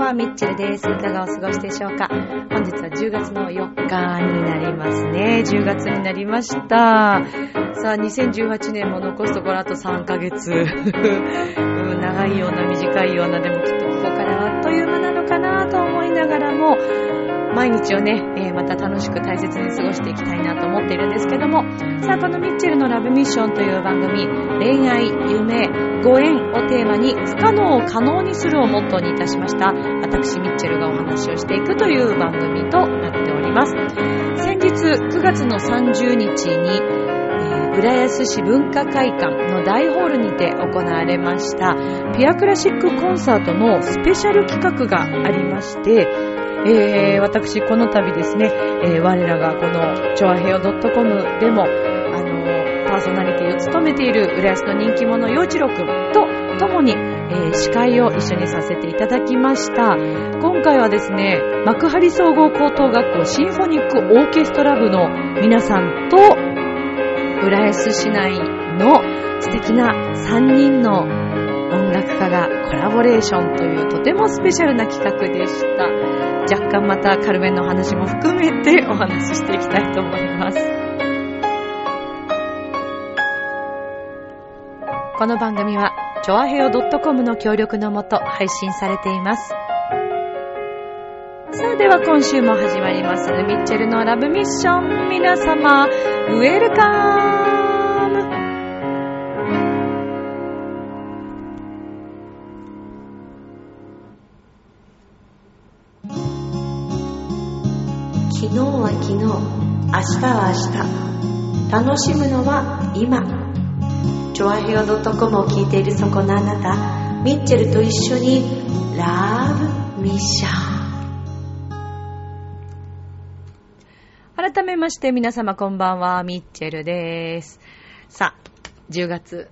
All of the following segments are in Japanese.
はミッチェルです。いかがお過ごしでしょうか。本日は10月の4日になりますね。10月になりました。さあ、2018年も残すところあと3ヶ月。長いような短いような、でもきっとここからはあっという間なのかなと思いながらも、毎日をね、また楽しく大切に過ごしていきたいなと思っているんですけども、さあ、このミッチェルのラブミッションという番組、恋愛、夢、ご縁をテーマに不可能を可能にするをモットーにいたしました、私ミッチェルがお話をしていくという番組となっております。先日9月の30日に、浦安市文化会館の大ホールにて行われましたピアクラシックコンサートのスペシャル企画がありまして、私この度ですね、我らがこのチョアヘヨ .com でもパーソナリティを務めている浦安の人気者陽一郎くんと共に、司会を一緒にさせていただきました。今回はですね、幕張総合高等学校シンフォニックオーケストラ部の皆さんと浦安市内の素敵な3人の音楽家がコラボレーションというとてもスペシャルな企画でした。若干またカルメンの話も含めてお話ししていきたいと思います。この番組はチョアヘヨ .com の協力のもと配信されています。さあ、では今週も始まりますミッチェルのラブミッション、皆様ウェルカム。昨日は昨日、明日は明日、楽しむのは今。チョアヘヨ .com を聞いているそこのあなた、ミッチェルと一緒にラブミッション。改めまして皆様こんばんは、ミッチェルです。さあ、10月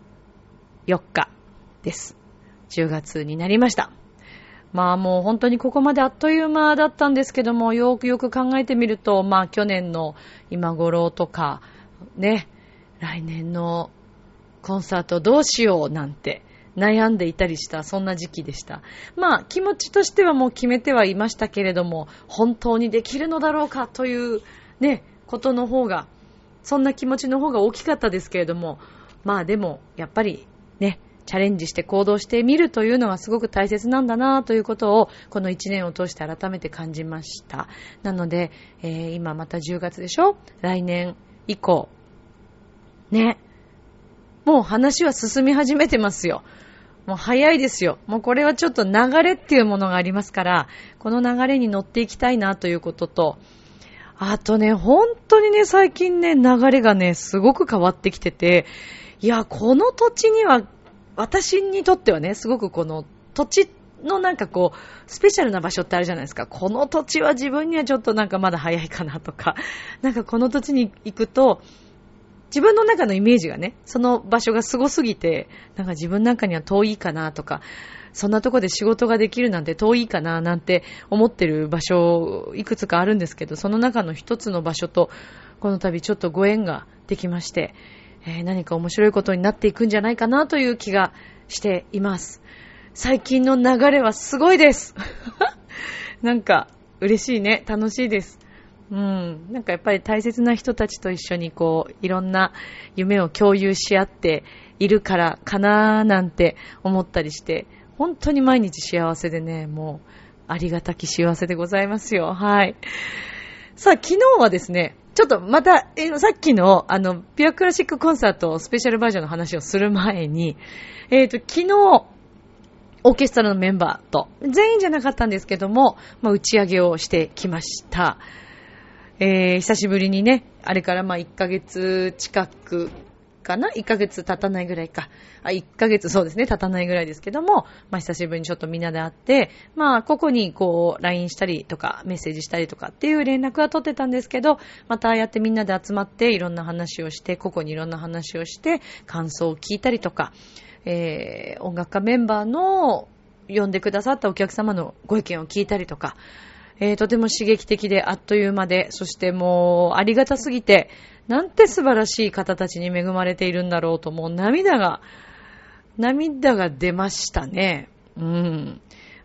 4日です。10月になりました。まあもう本当にここまであっという間だったんですけども、よくよく考えてみると、まあ去年の今頃とかね、来年のコンサートどうしようなんて悩んでいたりした、そんな時期でした。まあ気持ちとしてはもう決めてはいましたけれども、本当にできるのだろうかというね、ことの方が、そんな気持ちの方が大きかったですけれども、まあでもやっぱりね、チャレンジして行動してみるというのはすごく大切なんだなということをこの1年を通して改めて感じました。なので、今また10月でしょ？来年以降ね、もう話は進み始めてますよ。もう早いですよ。もうこれはちょっと流れっていうものがありますから、この流れに乗っていきたいなということと、あとね、本当にね、最近ね、流れがね、すごく変わってきてて、いや、この土地には、私にとってはね、すごくこの土地のなんかこう、スペシャルな場所ってあるじゃないですか。この土地は自分にはちょっとなんかまだ早いかなとか、なんかこの土地に行くと、自分の中のイメージがね、その場所がすごすぎて、なんか自分なんかには遠いかなとか、そんなとこで仕事ができるなんて遠いかななんて思ってる場所いくつかあるんですけど、その中の一つの場所とこの度ちょっとご縁ができまして、何か面白いことになっていくんじゃないかなという気がしています。最近の流れはすごいですなんか嬉しいね、楽しいです。なんかやっぱり大切な人たちと一緒にこういろんな夢を共有し合っているからかななんて思ったりして、本当に毎日幸せでね、もうありがたき幸せでございますよ。はい。さあ、昨日はですね、ちょっとまた、さっきのピュアクラシックコンサートスペシャルバージョンの話をする前に、昨日オーケストラのメンバーと全員じゃなかったんですけども、打ち上げをしてきました。久しぶりにね、あれから1ヶ月近くかな ?1 ヶ月経たないぐらいか。1ヶ月そうですね、経たないぐらいですけども、久しぶりにちょっとみんなで会って、ここにこう、LINE したりとか、メッセージしたりとかっていう連絡は取ってたんですけど、またやってみんなで集まっていろんな話をして、個々にいろんな話をして、感想を聞いたりとか、音楽家メンバーの呼んでくださったお客様のご意見を聞いたりとか、とても刺激的であっという間で、そしてもうありがたすぎて、なんて素晴らしい方たちに恵まれているんだろうと、もう涙が出ましたね。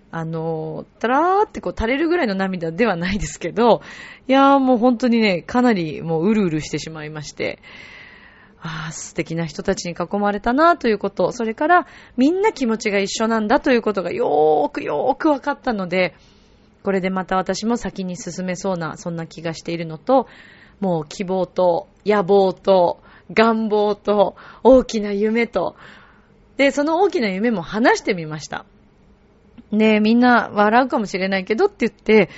たらーってこう垂れるぐらいの涙ではないですけど、いやーもう本当にね、かなりもううるうるしてしまいまして、素敵な人たちに囲まれたなということ、それからみんな気持ちが一緒なんだということがよーく分かったので、これでまた私も先に進めそうな、そんな気がしているのと、もう希望と野望と願望と大きな夢と、で、その大きな夢も話してみました。ねえ、みんな笑うかもしれないけどって言って、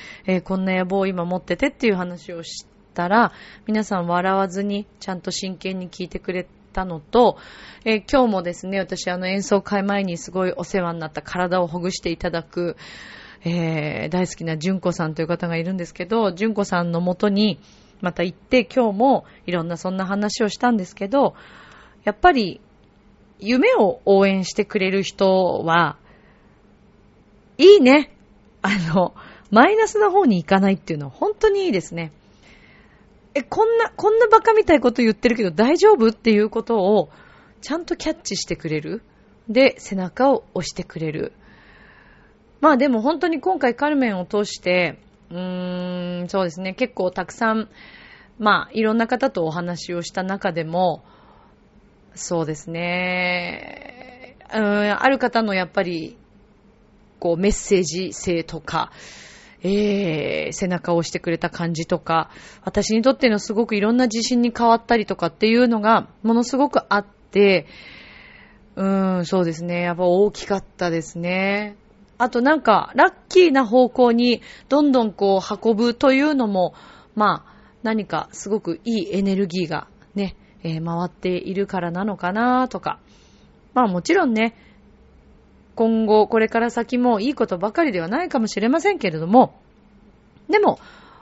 こんな野望を今持っててっていう話をしたら、皆さん笑わずにちゃんと真剣に聞いてくれたのと、今日もですね、私演奏会前にすごいお世話になった体をほぐしていただく、大好きな純子さんという方がいるんですけど、純子さんの元にまた行って今日もいろんなそんな話をしたんですけど、やっぱり夢を応援してくれる人はいいね。マイナスな方に行かないっていうのは本当にいいですね。こんなバカみたいこと言ってるけど大丈夫っていうことをちゃんとキャッチしてくれる。で、背中を押してくれる。まあでも本当に今回カルメンを通して、そうですね、結構たくさん、まあいろんな方とお話をした中でも、そうですね、ある方のやっぱり、こうメッセージ性とか、背中を押してくれた感じとか、私にとってのすごくいろんな自信に変わったりとかっていうのがものすごくあって、そうですね、やっぱ大きかったですね。あとなんかラッキーな方向にどんどんこう運ぶというのも、まあ何かすごくいいエネルギーがね、回っているからなのかなとか、まあもちろんね、今後これから先もいいことばかりではないかもしれませんけれども、でも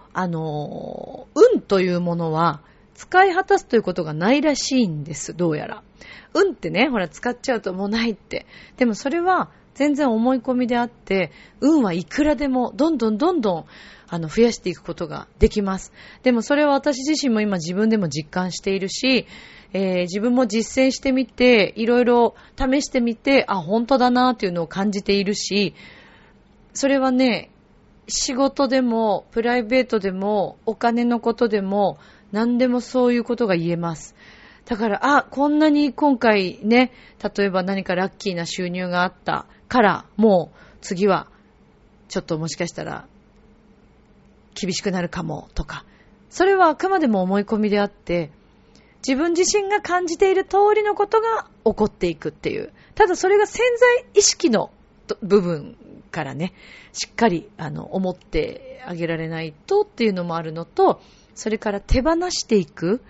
運というものは使い果たすということがないらしいんです。どうやら運ってね、ほら使っちゃうともうないって、でもそれは全然思い込みであって、運はいくらでもどんどん増やしていくことができます。でもそれは私自身も今自分でも実感しているし、自分も実践してみて、いろいろ試してみて、本当だなっていうのを感じているし、それはね、仕事でもプライベートでもお金のことでも何でもそういうことが言えます。だからこんなに今回ね、例えば何かラッキーな収入があったからもう次はちょっともしかしたら厳しくなるかもとか、それはあくまでも思い込みであって、自分自身が感じている通りのことが起こっていくっていう。ただそれが潜在意識の部分からね、しっかり思ってあげられないとっていうのもあるのと、それから手放していく。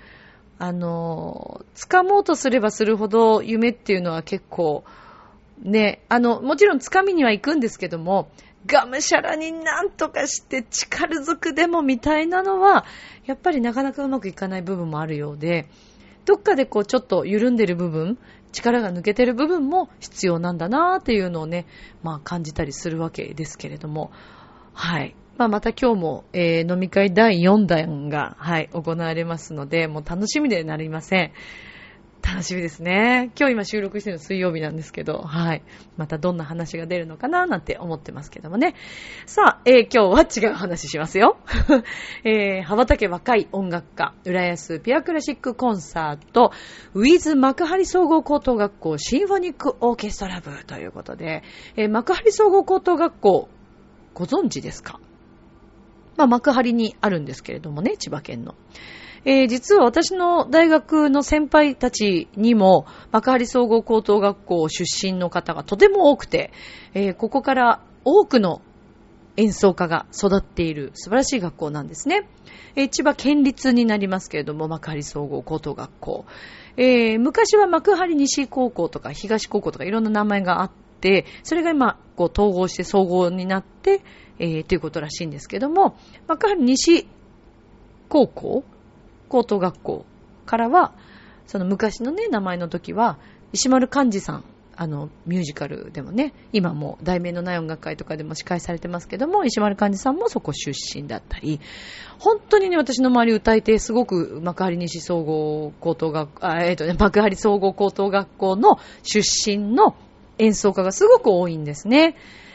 掴もうとすればするほど夢っていうのは結構ね、もちろん掴みには行くんですけども、がむしゃらになんとかして力ずくでもみたいなのはやっぱりなかなかうまくいかない部分もあるようで、どっかでこうちょっと緩んでる部分、力が抜けてる部分も必要なんだなっていうのをね、まあ感じたりするわけですけれども、はい。また今日も、飲み会第4弾が、行われますので、もう楽しみでなりません。楽しみですね。今日今収録してるの水曜日なんですけど、またどんな話が出るのかななんて思ってますけどもね。さあ、今日は違う話しますよ。羽ばたけ若い音楽家、浦安ピュアクラシックコンサート、with 幕張総合高等学校シンフォニックオーケストラ部ということで、幕張総合高等学校、ご存知ですか？幕張にあるんですけれどもね、千葉県の。実は私の大学の先輩たちにも幕張総合高等学校出身の方がとても多くて、ここから多くの演奏家が育っている素晴らしい学校なんですね。千葉県立になりますけれども、幕張総合高等学校。昔は幕張西高校とか東高校とかいろんな名前があって、それが今こう統合して総合になって、ということらしいんですけども、幕張西高校高等学校からは、その昔のね、名前の時は、石丸幹二さん、ミュージカルでもね、今も題名のない音楽会とかでも司会されてますけども、石丸幹二さんもそこ出身だったり、本当にね、私の周り歌い手、すごく幕張西総合高等学校、幕張総合高等学校の出身の演奏家がすごく多いんですね。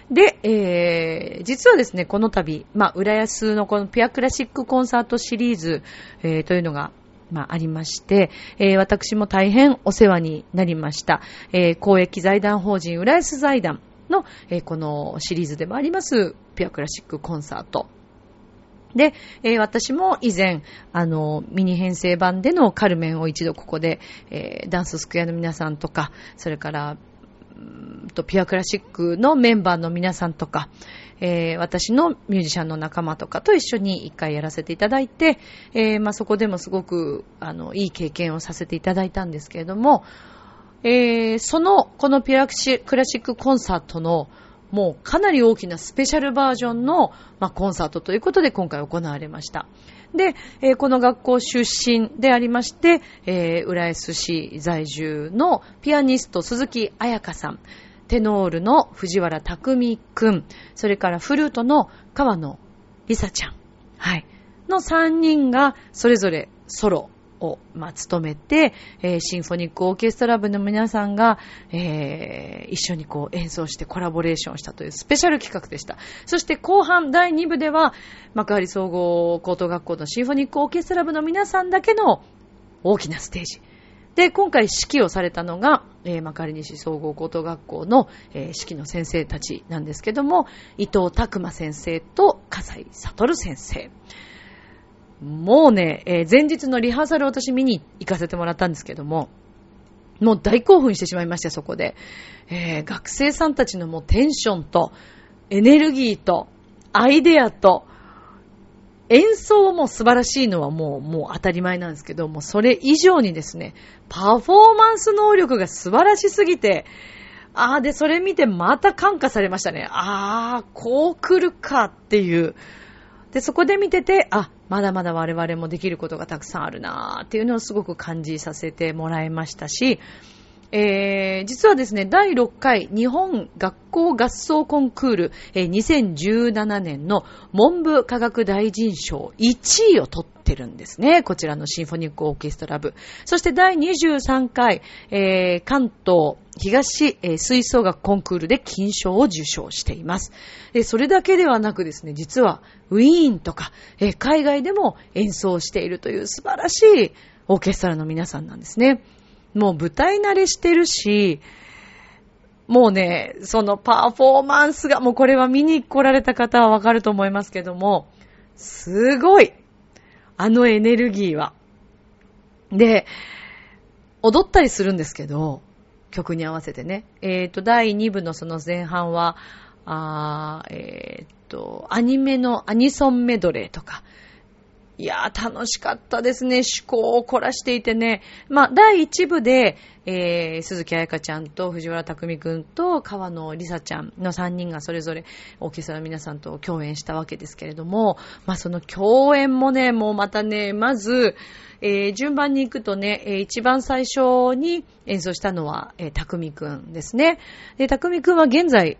で、実はですね、この度、浦安のこのピュアクラシックコンサートシリーズ、というのが、ありまして、私も大変お世話になりました。公益財団法人浦安財団の、このシリーズでもあります、ピュアクラシックコンサート。で、私も以前、ミニ編成版でのカルメンを一度ここで、ダンススクエアの皆さんとか、それから、ピュアクラシックのメンバーの皆さんとか、私のミュージシャンの仲間とかと一緒に一回やらせていただいて、そこでもすごくいい経験をさせていただいたんですけれども、このピュアクラシックコンサートのもうかなり大きなスペシャルバージョンの、コンサートということで今回行われました。で、この学校出身でありまして、浦安市在住のピアニスト鈴木彩香さん、テノールの藤原匠くん、それからフルートの川野梨沙ちゃん、の3人がそれぞれソロを務めて、シンフォニックオーケストラ部の皆さんが、一緒に演奏してコラボレーションしたというスペシャル企画でした。そして後半第2部では幕張総合高等学校のシンフォニックオーケストラ部の皆さんだけの大きなステージで、今回指揮をされたのが、幕張西総合高等学校の、指揮の先生たちなんですけども、伊藤拓馬先生と笠井悟先生。もうね、前日のリハーサルを私見に行かせてもらったんですけども、もう大興奮してしまいました、そこで。学生さんたちのもうテンションと、エネルギーと、アイデアと、演奏も素晴らしいのはもう当たり前なんですけども、それ以上にですね、パフォーマンス能力が素晴らしすぎて、で、それ見てまた感化されましたね。こう来るかっていう。で、そこで見てて、まだまだ我々もできることがたくさんあるなーっていうのをすごく感じさせてもらいましたし、実はですね、第6回日本学校合奏コンクール、2017年の文部科学大臣賞1位を取ってるんですね。こちらのシンフォニックオーケストラ部。そして第23回、関東東、吹奏楽コンクールで金賞を受賞しています。それだけではなくですね、実はウィーンとか、海外でも演奏しているという素晴らしいオーケストラの皆さんなんですね。もう舞台慣れしてるし、もうね、そのパフォーマンスが、もうこれは見に来られた方はわかると思いますけども、すごいエネルギーは。で、踊ったりするんですけど、曲に合わせてね。第2部のその前半は、アニメのアニソンメドレーとか、いやー楽しかったですね。趣向を凝らしていてね。第1部で、鈴木彩香ちゃんと藤原匠くんと川野梨沙ちゃんの3人がそれぞれオーケストラの皆さんと共演したわけですけれども、その共演もね、もうまたね、まず、順番に行くとね、一番最初に演奏したのは、匠くんですね。で、匠くんは現在、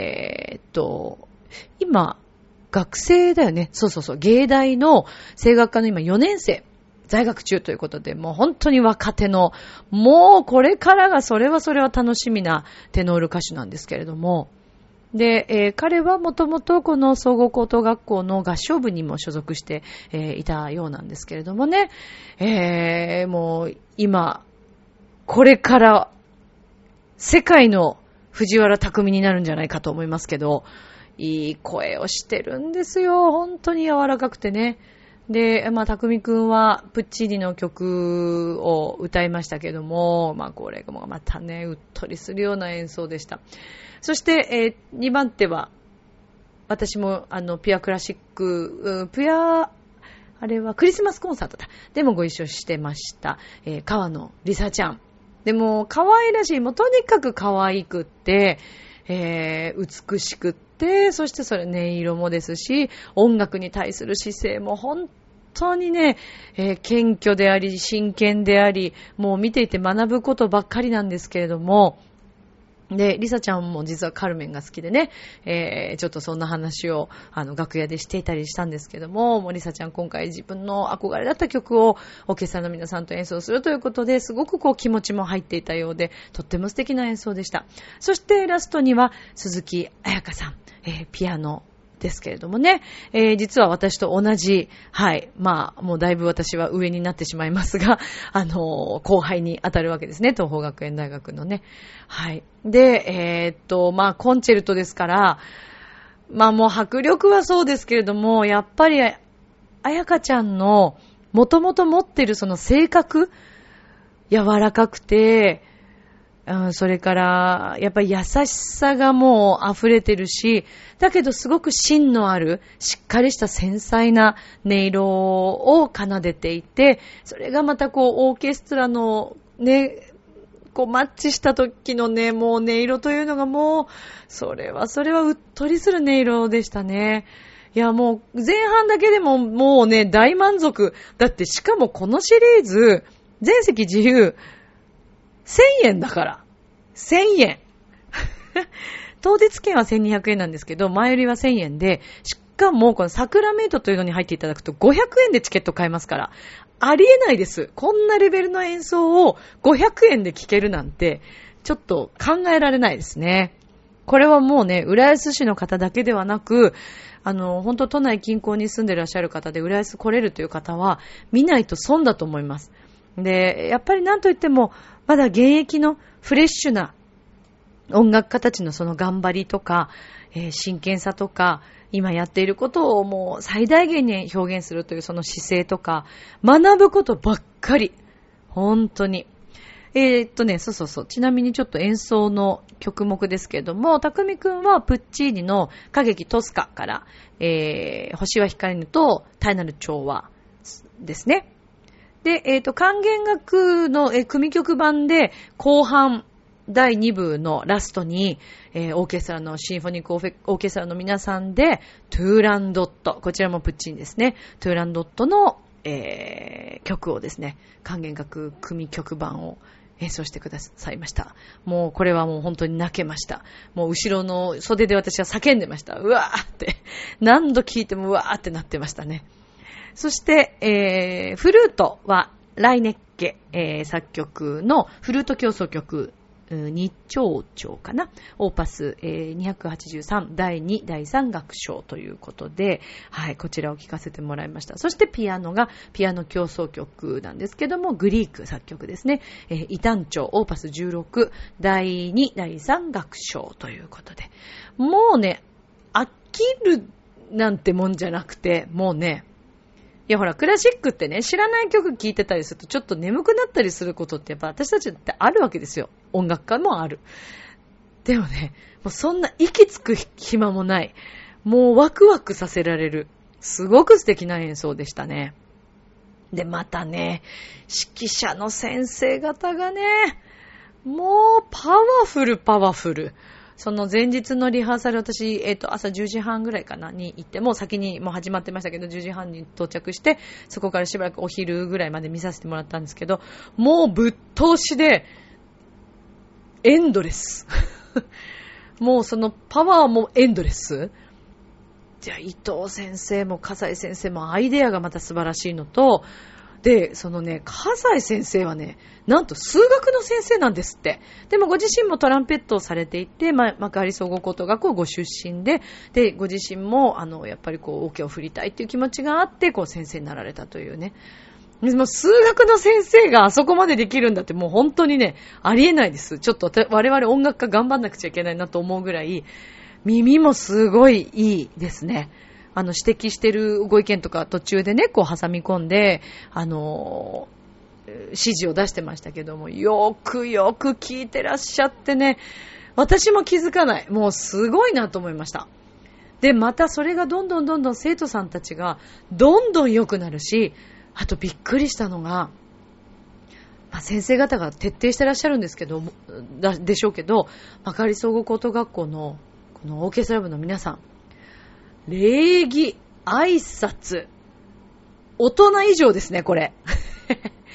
今、学生だよね。そう。芸大の声楽科の今4年生、在学中ということで、もう本当に若手の、もうこれからがそれは楽しみなテノール歌手なんですけれども、で、彼はもともとこの総合高等学校の合唱部にも所属して、いたようなんですけれどもね、もう今、これから世界の藤原匠になるんじゃないかと思いますけど、いい声をしてるんですよ。本当に柔らかくてね。で、匠くんはプッチーニの曲を歌いましたけども、これもまたね、うっとりするような演奏でした。そして、2番手は、私もピュアクラシック、あれはクリスマスコンサートだ。でもご一緒してました。川野梨沙ちゃん。でも、可愛らしい、もうとにかく可愛くって、美しくって、そしてそれ音色もですし、音楽に対する姿勢も本当にね、謙虚であり、真剣であり、もう見ていて学ぶことばっかりなんですけれども、 で、リサちゃんも実はカルメンが好きでね、ちょっとそんな話を、楽屋でしていたりしたんですけども、リサちゃん今回自分の憧れだった曲をオーケストラの皆さんと演奏するということで、すごく気持ちも入っていたようで、とっても素敵な演奏でした。そしてラストには、鈴木彩香さん、ピアノ、ですけれどもね、実は私と同じ、はい、もうだいぶ私は上になってしまいますが、後輩に当たるわけですね、東邦学園大学のね。はい。で、コンチェルトですから、もう迫力はそうですけれども、やっぱり、彩香ちゃんの、もともと持ってるその性格、柔らかくて、それから、やっぱり優しさがもう溢れてるし、だけどすごく芯のある、しっかりした繊細な音色を奏でていて、それがまたオーケストラのね、マッチした時のね、もう音色というのがもう、それはうっとりする音色でしたね。いや、もう前半だけでももうね、大満足。だってしかもこのシリーズ、全席自由、1000円だから。1000円。当日券は1200円なんですけど、前売りは1000円で、しかもこのサクラメイトというのに入っていただくと500円でチケット買えますから、ありえないです。こんなレベルの演奏を500円で聴けるなんて、ちょっと考えられないですね。これはもうね、浦安市の方だけではなく、本当都内近郊に住んでいらっしゃる方で浦安来れるという方は、見ないと損だと思います。で、やっぱりなんといっても、まだ現役のフレッシュな音楽家たちのその頑張りとか、真剣さとか、今やっていることをもう最大限に表現するというその姿勢とか、学ぶことばっかり。本当に。そう。ちなみにちょっと演奏の曲目ですけれども、匠くんはプッチーニの歌劇トスカから、星は光ぬと大なる調和ですね。で、管弦楽の、組曲版で後半第2部のラストに、オーケストラのシンフォニックオーケストラの皆さんでトゥーランドット、こちらもプッチンですね。トゥーランドットの、曲をですね、管弦楽組曲版を演奏してくださいました。もうこれはもう本当に泣けました。もう後ろの袖で私は叫んでました。うわーって。何度聴いてもうわーってなってましたね。そして、フルートはライネッケ、作曲のフルート協奏曲日長調かな、オーパス、283第2第3楽章ということで、はい、こちらを聴かせてもらいました。そしてピアノがピアノ協奏曲なんですけども、グリーク作曲ですね、異端調オーパス16第2第3楽章ということで、もうね、飽きるなんてもんじゃなくて、もうね、いやほら、クラシックってね、知らない曲聴いてたりするとちょっと眠くなったりすることってやっぱ私たちってあるわけですよ。音楽家もある。でもね、もうそんな息つく暇もない。もうワクワクさせられる。すごく素敵な演奏でしたね。で、またね、指揮者の先生方がね、もうパワフル。その前日のリハーサル、私、朝10時半ぐらいかなに行って、もう先にもう始まってましたけど、10時半に到着して、そこからしばらくお昼ぐらいまで見させてもらったんですけど、もうぶっ通しで、エンドレス。もうそのパワーもエンドレス。じゃあ、伊藤先生も笠井先生もアイデアがまた素晴らしいのと、で、そのね、笠井先生はね、なんと数学の先生なんですって。でもご自身もトランペットをされていて、幕張総合高等学校ご出身で、で、ご自身も、やっぱりオケを振りたいっていう気持ちがあって、先生になられたというね。もう数学の先生があそこまでできるんだってもう本当にね、ありえないです。ちょっと我々音楽家頑張んなくちゃいけないなと思うぐらい、耳もすごいいいですね。指摘してるご意見とか途中でね、挟み込んで、指示を出してましたけども、よく聞いてらっしゃってね、私も気づかない。もうすごいなと思いました。で、またそれがどんどん生徒さんたちがどんどん良くなるし、あとびっくりしたのが、先生方が徹底してらっしゃるんですけど、でしょうけど、幕張総合高等学校のこのオーケストラ部の皆さん、礼儀、挨拶、大人以上ですね、これ。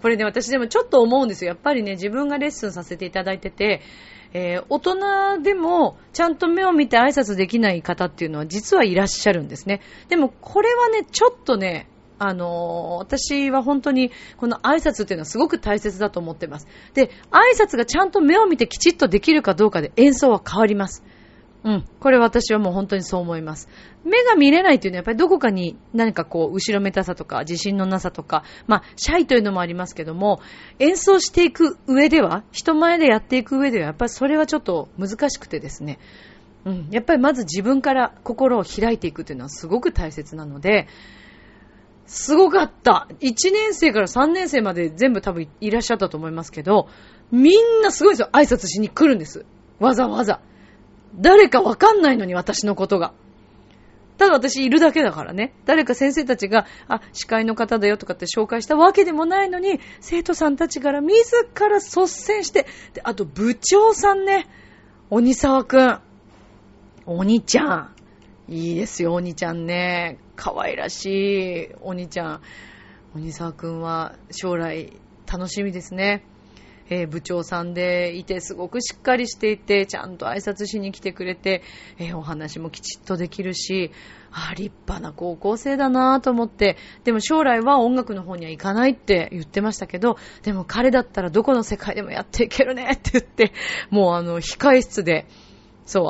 これね、私でもちょっと思うんですよ。やっぱりね、自分がレッスンさせていただいてて、大人でもちゃんと目を見て挨拶できない方っていうのは実はいらっしゃるんですね。でもこれはね、ちょっとね、私は本当にこの挨拶っていうのはすごく大切だと思ってます。で、挨拶がちゃんと目を見てきちっとできるかどうかで演奏は変わります。これ私はもう本当にそう思います。目が見れないっていうのはやっぱりどこかに何かこう後ろめたさとか自信のなさとか、シャイというのもありますけども、演奏していく上では、人前でやっていく上ではやっぱりそれはちょっと難しくてですね。やっぱりまず自分から心を開いていくっていうのはすごく大切なので、すごかった。1年生から3年生まで全部多分いらっしゃったと思いますけど、みんなすごいですよ。挨拶しに来るんです。わざわざ。誰かわかんないのに私のことが。ただ私いるだけだからね。誰か先生たちが、司会の方だよとかって紹介したわけでもないのに、生徒さんたちから自ら率先して、で、あと部長さんね。鬼沢くん。鬼ちゃん。いいですよ、鬼ちゃんね。可愛らしい鬼ちゃん。鬼沢くんは将来楽しみですね。部長さんでいてすごくしっかりしていてちゃんと挨拶しに来てくれて、お話もきちっとできるし、立派な高校生だなと思って。でも将来は音楽の方には行かないって言ってましたけど、でも彼だったらどこの世界でもやっていけるねって言って、もう控え室で、そう、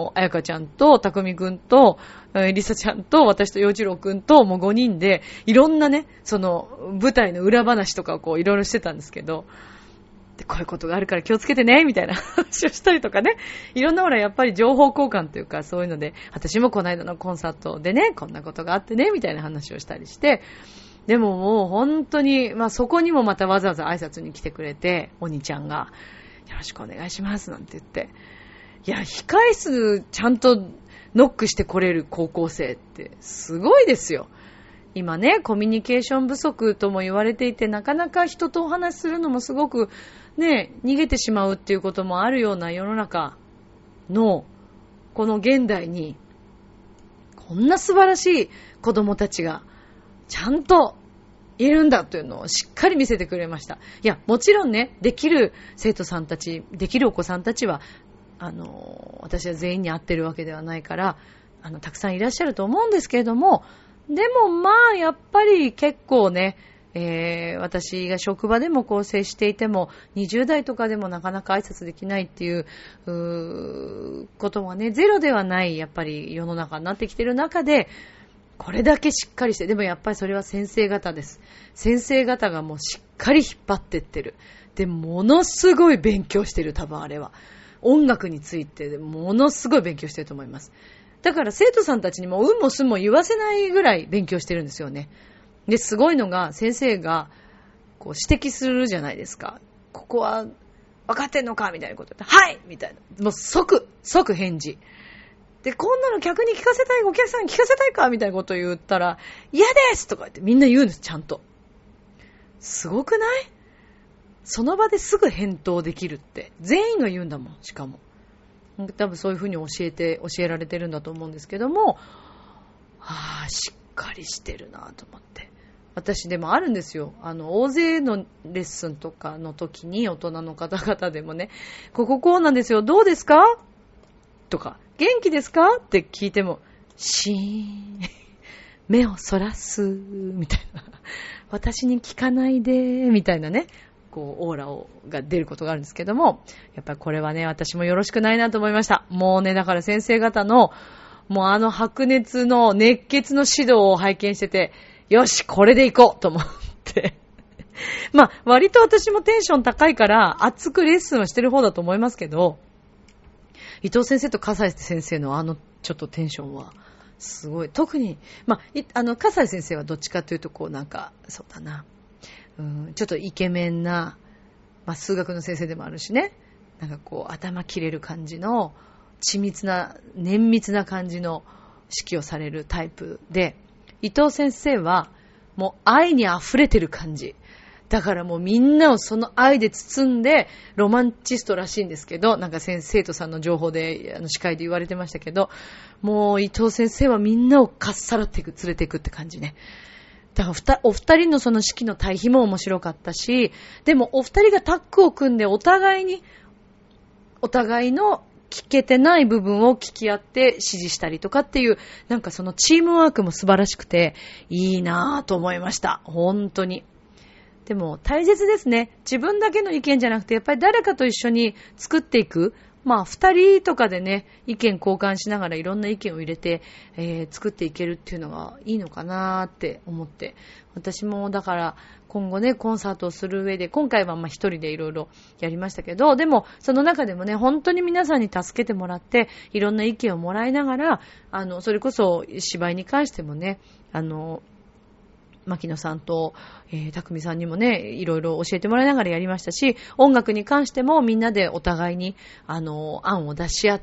彩香ちゃんと匠くんとりさちゃんと私と陽次郎くんともう5人でいろんなね、その舞台の裏話とかをこういろいろしてたんですけど、でこういうことがあるから気をつけてねみたいな話をしたりとかね、いろんなほらやっぱり情報交換というかそういうので、私もこの間のコンサートでねこんなことがあってねみたいな話をしたりして、でももう本当にそこにもまたわざわざ挨拶に来てくれて、お兄ちゃんがよろしくお願いしますなんて言って、いや控え室ちゃんとノックしてこれる高校生ってすごいですよ。今ね、コミュニケーション不足とも言われていて、なかなか人とお話しするのもすごくね、逃げてしまうっていうこともあるような世の中のこの現代に、こんな素晴らしい子供たちがちゃんといるんだというのをしっかり見せてくれました。いや、もちろんね、できる生徒さんたち、できるお子さんたちは私は全員に会ってるわけではないから、たくさんいらっしゃると思うんですけれども、でもやっぱり結構ね、私が職場でもこう接していても、20代とかでもなかなか挨拶できないっていうことはね、ゼロではない、やっぱり世の中になってきてる中で、これだけしっかりして、でもやっぱりそれは先生方です。先生方がもうしっかり引っ張ってってる。で、ものすごい勉強してる、多分あれは。音楽についてものすごい勉強してると思います。だから生徒さんたちにもうんもすんも言わせないぐらい勉強してるんですよね。で、すごいのが先生がこう指摘するじゃないですか。ここは分かってんのかみたいなこと言って、はいみたいな。もう即返事。で、こんなの客に聞かせたい、お客さんに聞かせたいかみたいなことを言ったら、嫌ですとか言ってみんな言うんです、ちゃんと。すごくない？その場ですぐ返答できるって。全員が言うんだもん、しかも。多分そういうふうに教えられてるんだと思うんですけども、しっかりしてるなと思って。私でもあるんですよ。大勢のレッスンとかの時に大人の方々でもね、こうなんですよ、どうですかとか、元気ですかって聞いても、シーン、目をそらす、みたいな。私に聞かないで、みたいなね。こうオーラが出ることがあるんですけども、やっぱりこれはね、私もよろしくないなと思いました。もうね、だから先生方のもう白熱の熱血の指導を拝見してて、よしこれでいこうと思って割と私もテンション高いから熱くレッスンをしてる方だと思いますけど、伊藤先生と笠井先生のちょっとテンションはすごい。特に笠井先生はどっちかというとこうなんかそうだな、ちょっとイケメンな、数学の先生でもあるしね、なんかこう頭切れる感じの綿密な感じの指揮をされるタイプで、伊藤先生はもう愛に溢れてる感じだから、もうみんなをその愛で包んでロマンチストらしいんですけど、なんか生徒さんの情報で司会で言われてましたけど、もう伊藤先生はみんなをかっさらっていく、連れていくって感じね。 だからお二人のその式の対比も面白かったし、でもお二人がタッグを組んでお互いの聞けてない部分を聞き合って指示したりとかっていう、なんかそのチームワークも素晴らしくていいなぁと思いました。本当に。でも大切ですね。自分だけの意見じゃなくて、やっぱり誰かと一緒に作っていく。まあ二人とかでね、意見交換しながらいろんな意見を入れて、作っていけるっていうのがいいのかなーって思って、私もだから今後ね、コンサートをする上で、今回はまあ一人でいろいろやりましたけど、でもその中でもね、本当に皆さんに助けてもらって、いろんな意見をもらいながら、それこそ芝居に関してもね、牧野さんと、匠さんにもね、いろいろ教えてもらいながらやりましたし、音楽に関してもみんなでお互いに、案を出し合って、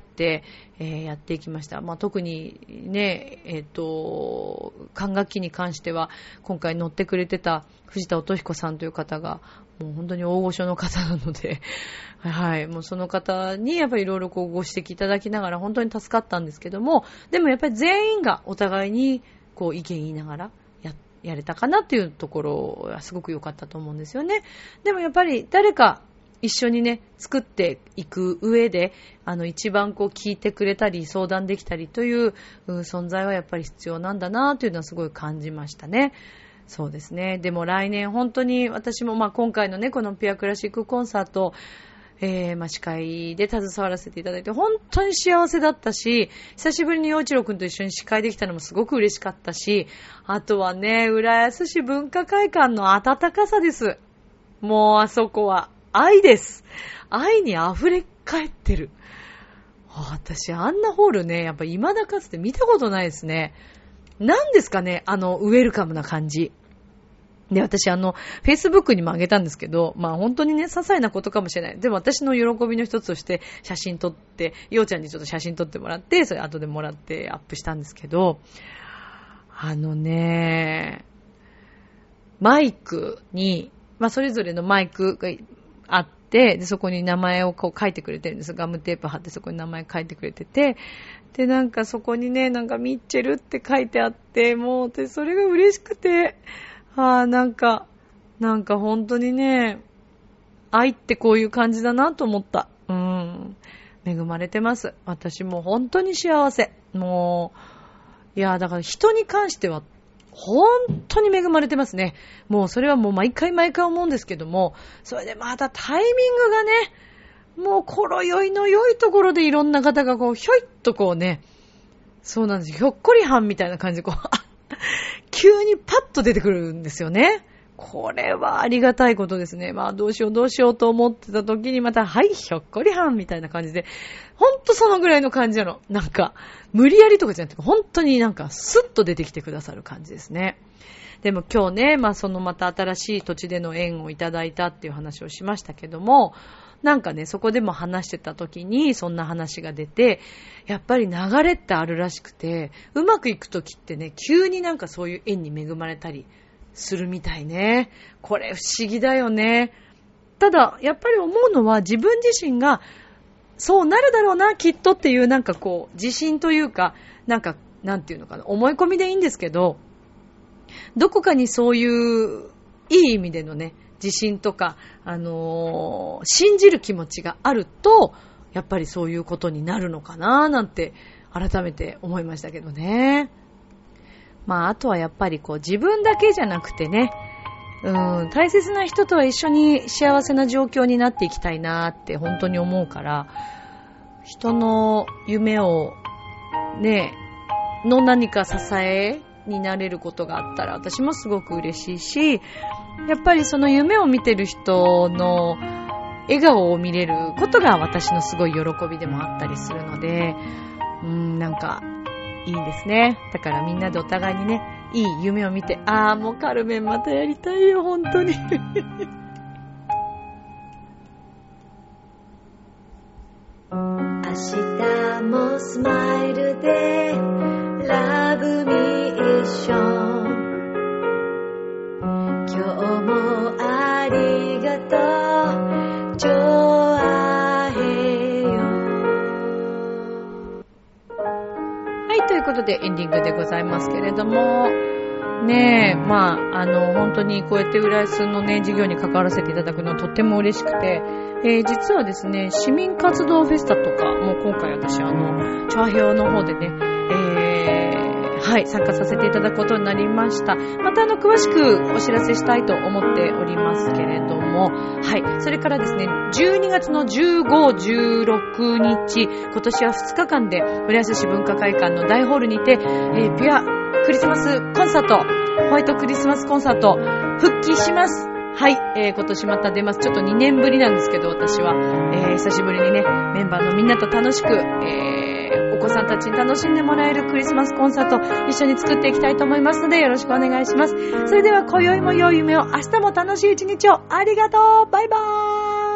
やっていきました。まあ、特にね、管楽器に関しては、今回乗ってくれてた藤田音彦さんという方が、もう本当に大御所の方なので、はい、もうその方にやっぱりいろいろご指摘いただきながら本当に助かったんですけども、でもやっぱり全員がお互いにこう意見言いながら、やれたかなっていうところはすごく良かったと思うんですよね。でもやっぱり誰か一緒にね、作っていく上で、一番こう聞いてくれたり相談できたりという存在はやっぱり必要なんだなというのはすごい感じましたね。そうですね。でも来年本当に私もまあ今回のね、このピュアクラシックコンサート、まあ、司会で携わらせていただいて本当に幸せだったし、久しぶりに陽一郎くんと一緒に司会できたのもすごく嬉しかったし、あとはね、浦安市文化会館の温かさです。もうあそこは愛です。愛に溢れ返ってる。私あんなホールね、やっぱ未だかつて見たことないですね。何ですかね、ウェルカムな感じ。で、私Facebook にも上げたんですけど、まあ本当にね、些細なことかもしれない。でも私の喜びの一つとして写真撮って、ようちゃんにちょっと写真撮ってもらって、それ後でもらってアップしたんですけど、マイクに、まあそれぞれのマイクがあって、で、そこに名前をこう書いてくれてるんです。ガムテープ貼ってそこに名前書いてくれてて、で、なんかそこにね、なんかミッチェルって書いてあって、もう、で、それが嬉しくて、なんか本当にね、愛ってこういう感じだなと思った。恵まれてます。私も本当に幸せ。もう、いや、だから人に関しては、本当に恵まれてますね。もうそれはもう毎回思うんですけども、それでまたタイミングがね、もう頃酔いの良いところでいろんな方がこう、ひょいっとこうね、そうなんですよ。ひょっこりはんみたいな感じでこう、急にパッと出てくるんですよね。これはありがたいことですね。まあどうしようと思ってた時にまた、はい、ひょっこりはんみたいな感じで、ほんとそのぐらいの感じなの。なんか、無理やりとかじゃなくて、本当になんかスッと出てきてくださる感じですね。でも今日ね、まあそのまた新しい土地での縁をいただいたっていう話をしましたけども、なんかね、そこでも話してた時にそんな話が出て、やっぱり流れってあるらしくて、うまくいく時ってね、急になんかそういう縁に恵まれたりするみたいね。これ不思議だよね。ただ、やっぱり思うのは自分自身がそうなるだろうな、きっとっていうなんかこう、自信というか、なんか、なんていうのかな、思い込みでいいんですけど、どこかにそういういい意味でのね、自信とか、信じる気持ちがあると、やっぱりそういうことになるのかななんて改めて思いましたけどね。まああとはやっぱりこう自分だけじゃなくてね、大切な人とは一緒に幸せな状況になっていきたいなって本当に思うから、人の夢をね、の何か支えになれることがあったら私もすごく嬉しいし、やっぱりその夢を見てる人の笑顔を見れることが私のすごい喜びでもあったりするので、なんかいいですね。だからみんなでお互いにね、いい夢を見て、もうカルメンまたやりたいよ、本当に。明日もスマイルでラブミーション、今日もありがとう、ジョアヘヨ。はい、ということでエンディングでございますけれども、 ねえ、本当にこうやって浦安のね、事業に関わらせていただくのはとっても嬉しくて、実はですね、市民活動フェスタとかも今回私チョアヘオの方でね、参加させていただくことになりました。また詳しくお知らせしたいと思っておりますけれども、それからですね、12月の15、16日、今年は2日間で浦安市文化会館の大ホールにて、ピュアクリスマスコンサート、ホワイトクリスマスコンサート、復帰します。今年また出ます。ちょっと2年ぶりなんですけど、私は、久しぶりにね、メンバーのみんなと楽しく、お子さんたちに楽しんでもらえるクリスマスコンサート、一緒に作っていきたいと思いますので、よろしくお願いします。それでは、今宵も良い夢を、明日も楽しい一日を、ありがとう。バイバーイ。